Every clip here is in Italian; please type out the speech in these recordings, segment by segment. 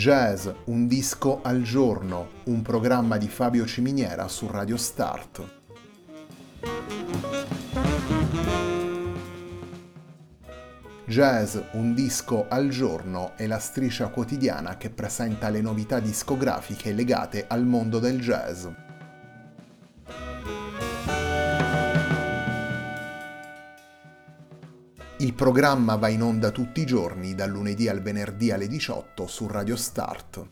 Jazz, un disco al giorno, un programma di Fabio Ciminiera su Radio Start. Jazz, un disco al giorno è la striscia quotidiana che presenta le novità discografiche legate al mondo del jazz. Il programma va in onda tutti i giorni, dal lunedì al venerdì alle 18 su Radio Start.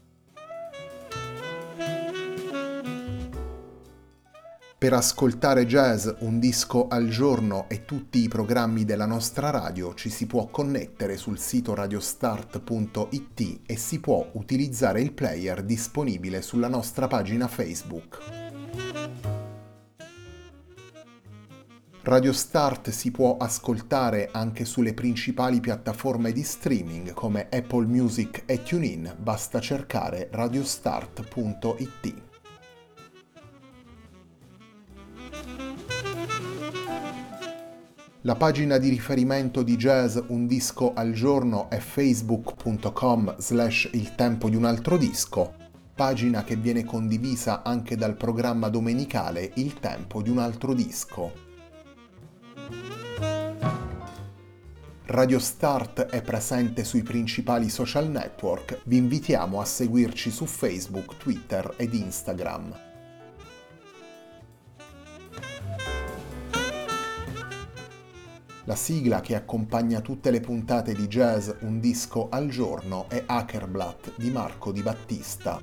Per ascoltare Jazz, un disco al giorno e tutti i programmi della nostra radio ci si può connettere sul sito radiostart.it e si può utilizzare il player disponibile sulla nostra pagina Facebook. Radio Start si può ascoltare anche sulle principali piattaforme di streaming come Apple Music e TuneIn, basta cercare radiostart.it. La pagina di riferimento di Jazz Un Disco al Giorno è facebook.com/il tempo di un altro disco, pagina che viene condivisa anche dal programma domenicale Il tempo di un altro disco. Radio Start è presente sui principali social network, vi invitiamo a seguirci su Facebook, Twitter ed Instagram. La sigla che accompagna tutte le puntate di Jazz Un Disco al Giorno è Hackerblatt di Marco Di Battista.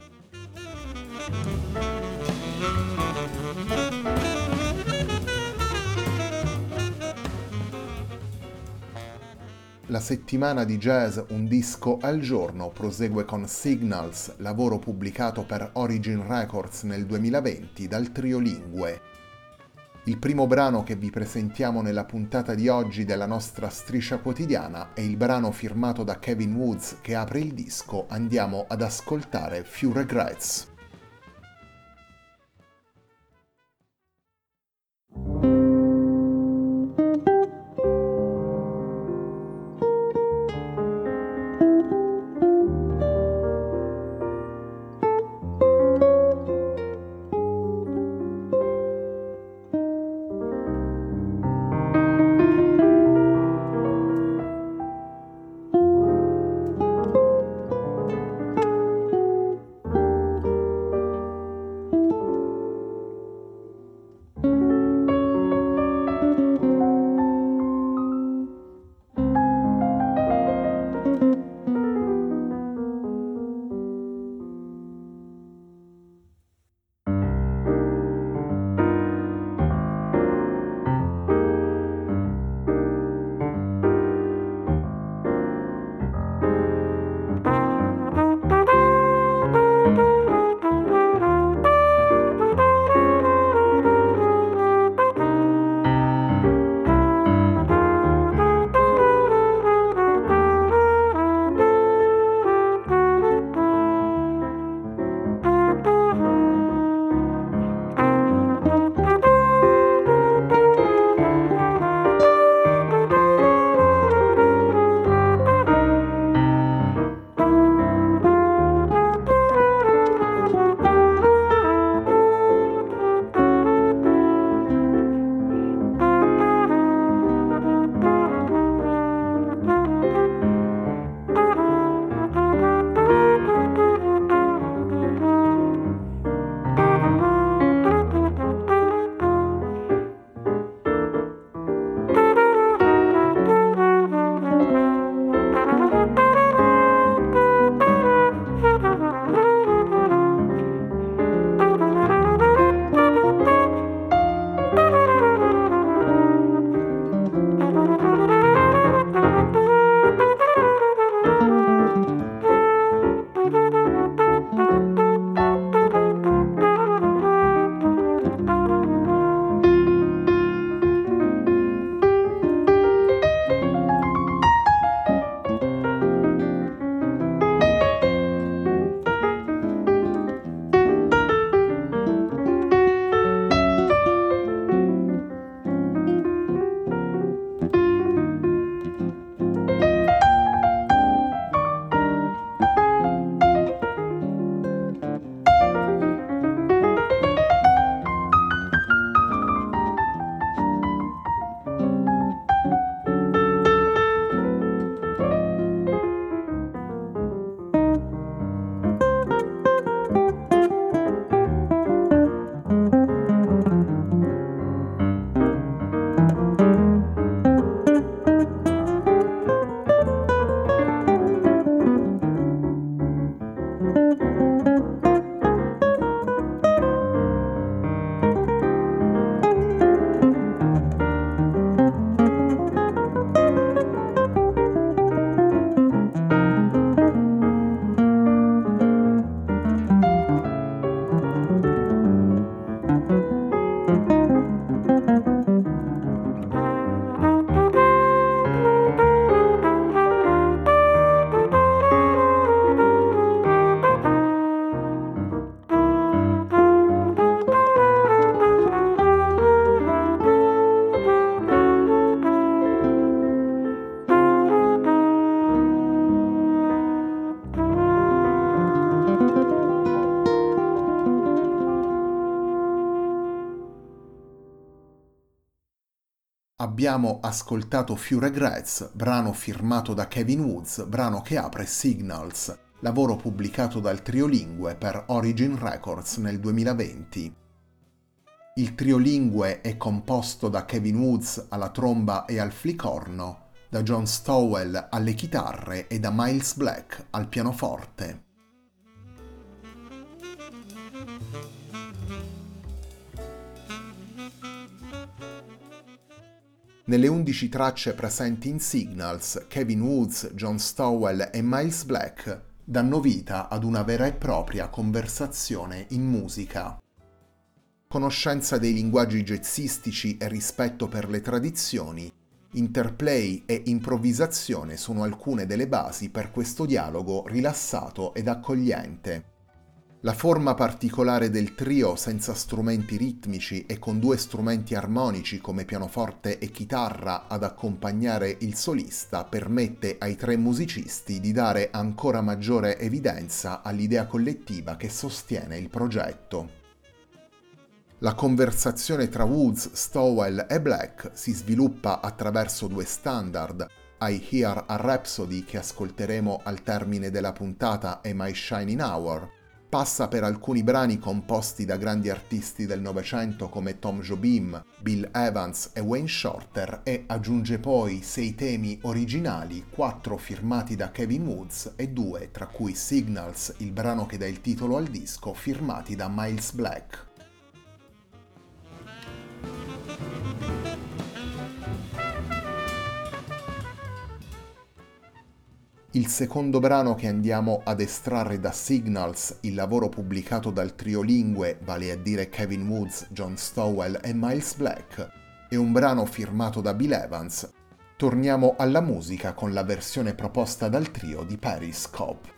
La settimana di Jazz Un Disco al Giorno prosegue con Signals, lavoro pubblicato per Origin Records nel 2020 dal trio Lingue. Il primo brano che vi presentiamo nella puntata di oggi della nostra striscia quotidiana è il brano firmato da Kevin Woods che apre il disco. Andiamo ad ascoltare Few Regrets. abbiamo ascoltato Few Regrets, brano firmato da Kevin Woods, brano che apre Signals, lavoro pubblicato dal Triolingue per Origin Records nel 2020. Il Triolingue è composto da Kevin Woods alla tromba e al flicorno, da John Stowell alle chitarre e da Miles Black al pianoforte. Nelle 11 tracce presenti in Signals, Kevin Woods, John Stowell e Miles Black danno vita ad una vera e propria conversazione in musica. Conoscenza dei linguaggi jazzistici e rispetto per le tradizioni, interplay e improvvisazione sono alcune delle basi per questo dialogo rilassato ed accogliente. La forma particolare del trio senza strumenti ritmici e con due strumenti armonici come pianoforte e chitarra ad accompagnare il solista permette ai tre musicisti di dare ancora maggiore evidenza all'idea collettiva che sostiene il progetto. La conversazione tra Woods, Stowell e Black si sviluppa attraverso due standard, I Hear a Rhapsody che ascolteremo al termine della puntata e My Shining Hour, passa per alcuni brani composti da grandi artisti del Novecento come Tom Jobim, Bill Evans e Wayne Shorter e aggiunge poi 6 temi originali, 4 firmati da Kevin Woods e 2, tra cui Signals, il brano che dà il titolo al disco, firmati da Miles Black. Il secondo brano che andiamo ad estrarre da Signals, il lavoro pubblicato dal Triolingue, vale a dire Kevin Woods, John Stowell e Miles Black, è un brano firmato da Bill Evans. Torniamo alla musica con la versione proposta dal trio di Periscope.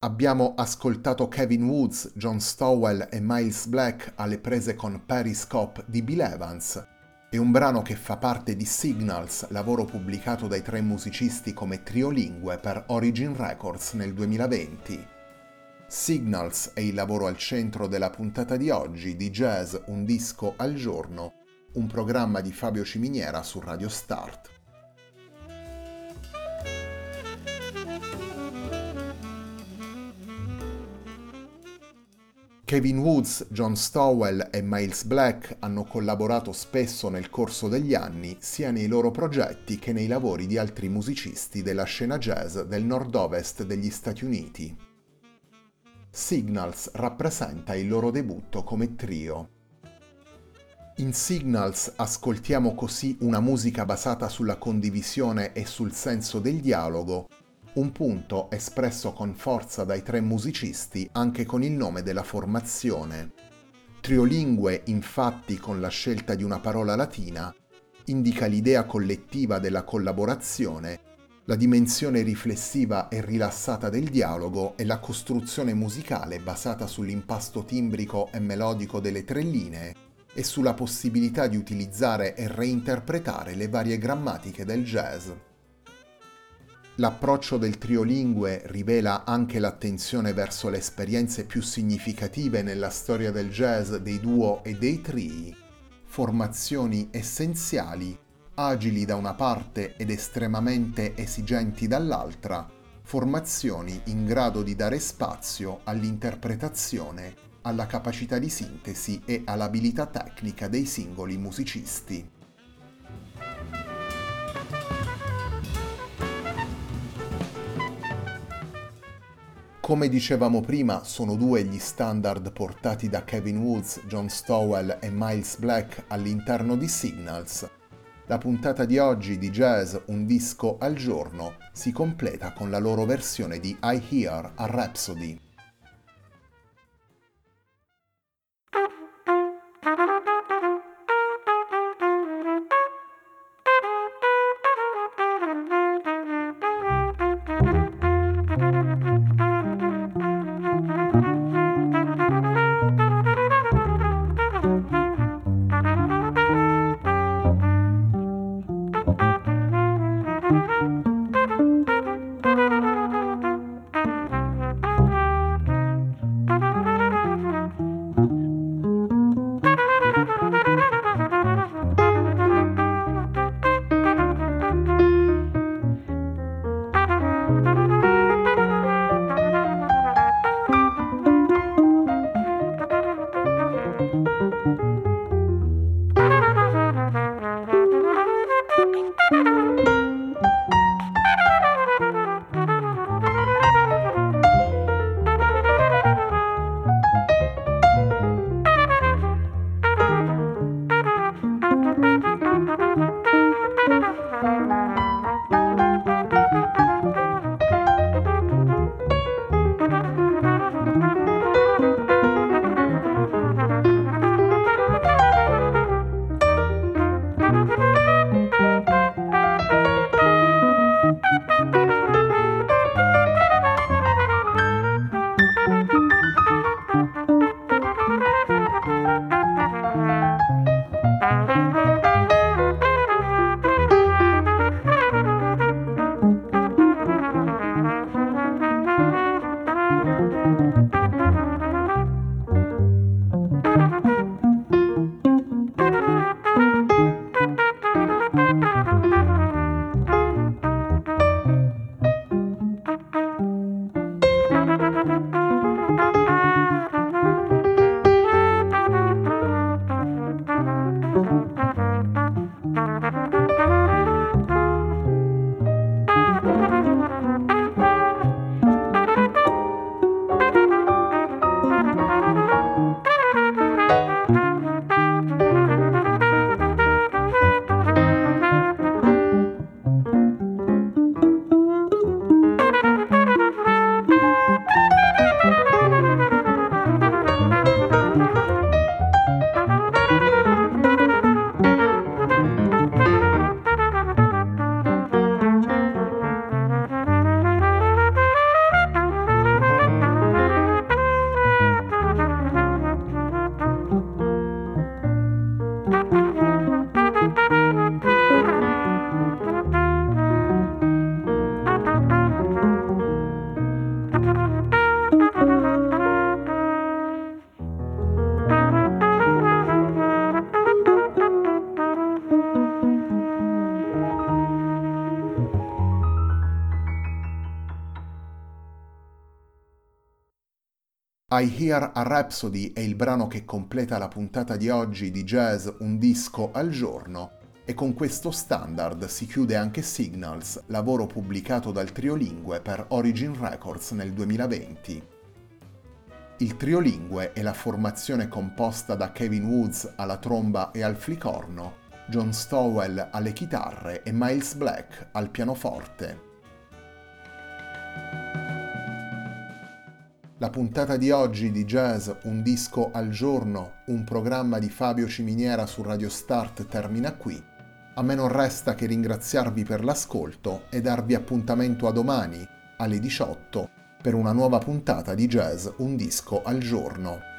Abbiamo ascoltato Kevin Woods, John Stowell e Miles Black alle prese con Periscope di Bill Evans, e un brano che fa parte di Signals, lavoro pubblicato dai tre musicisti come triolingue per Origin Records nel 2020. Signals è il lavoro al centro della puntata di oggi di Jazz Un disco al giorno, un programma di Fabio Ciminiera su Radio Start. Kevin Woods, John Stowell e Miles Black hanno collaborato spesso nel corso degli anni sia nei loro progetti che nei lavori di altri musicisti della scena jazz del nord-ovest degli Stati Uniti. Signals rappresenta il loro debutto come trio. In Signals ascoltiamo così una musica basata sulla condivisione e sul senso del dialogo, un punto espresso con forza dai tre musicisti anche con il nome della formazione. Triolingue, infatti, con la scelta di una parola latina, indica l'idea collettiva della collaborazione, la dimensione riflessiva e rilassata del dialogo e la costruzione musicale basata sull'impasto timbrico e melodico delle tre linee e sulla possibilità di utilizzare e reinterpretare le varie grammatiche del jazz. L'approccio del triolingue rivela anche l'attenzione verso le esperienze più significative nella storia del jazz dei duo e dei trii, formazioni essenziali, agili da una parte ed estremamente esigenti dall'altra, formazioni in grado di dare spazio all'interpretazione, alla capacità di sintesi e all'abilità tecnica dei singoli musicisti. Come dicevamo prima, sono due gli standard portati da Kevin Woods, John Stowell e Miles Black all'interno di Signals. La puntata di oggi di Jazz Un disco al giorno si completa con la loro versione di I Hear a Rhapsody. I Hear a Rhapsody è il brano che completa la puntata di oggi di Jazz Un disco al giorno e con questo standard si chiude anche Signals, lavoro pubblicato dal Triolingue per Origin Records nel 2020. Il Triolingue è la formazione composta da Kevin Woods alla tromba e al flicorno, John Stowell alle chitarre e Miles Black al pianoforte. La puntata di oggi di Jazz Un disco al giorno, un programma di Fabio Ciminiera su Radio Start termina qui. A me non resta che ringraziarvi per l'ascolto e darvi appuntamento a domani alle 18 per una nuova puntata di Jazz Un disco al giorno.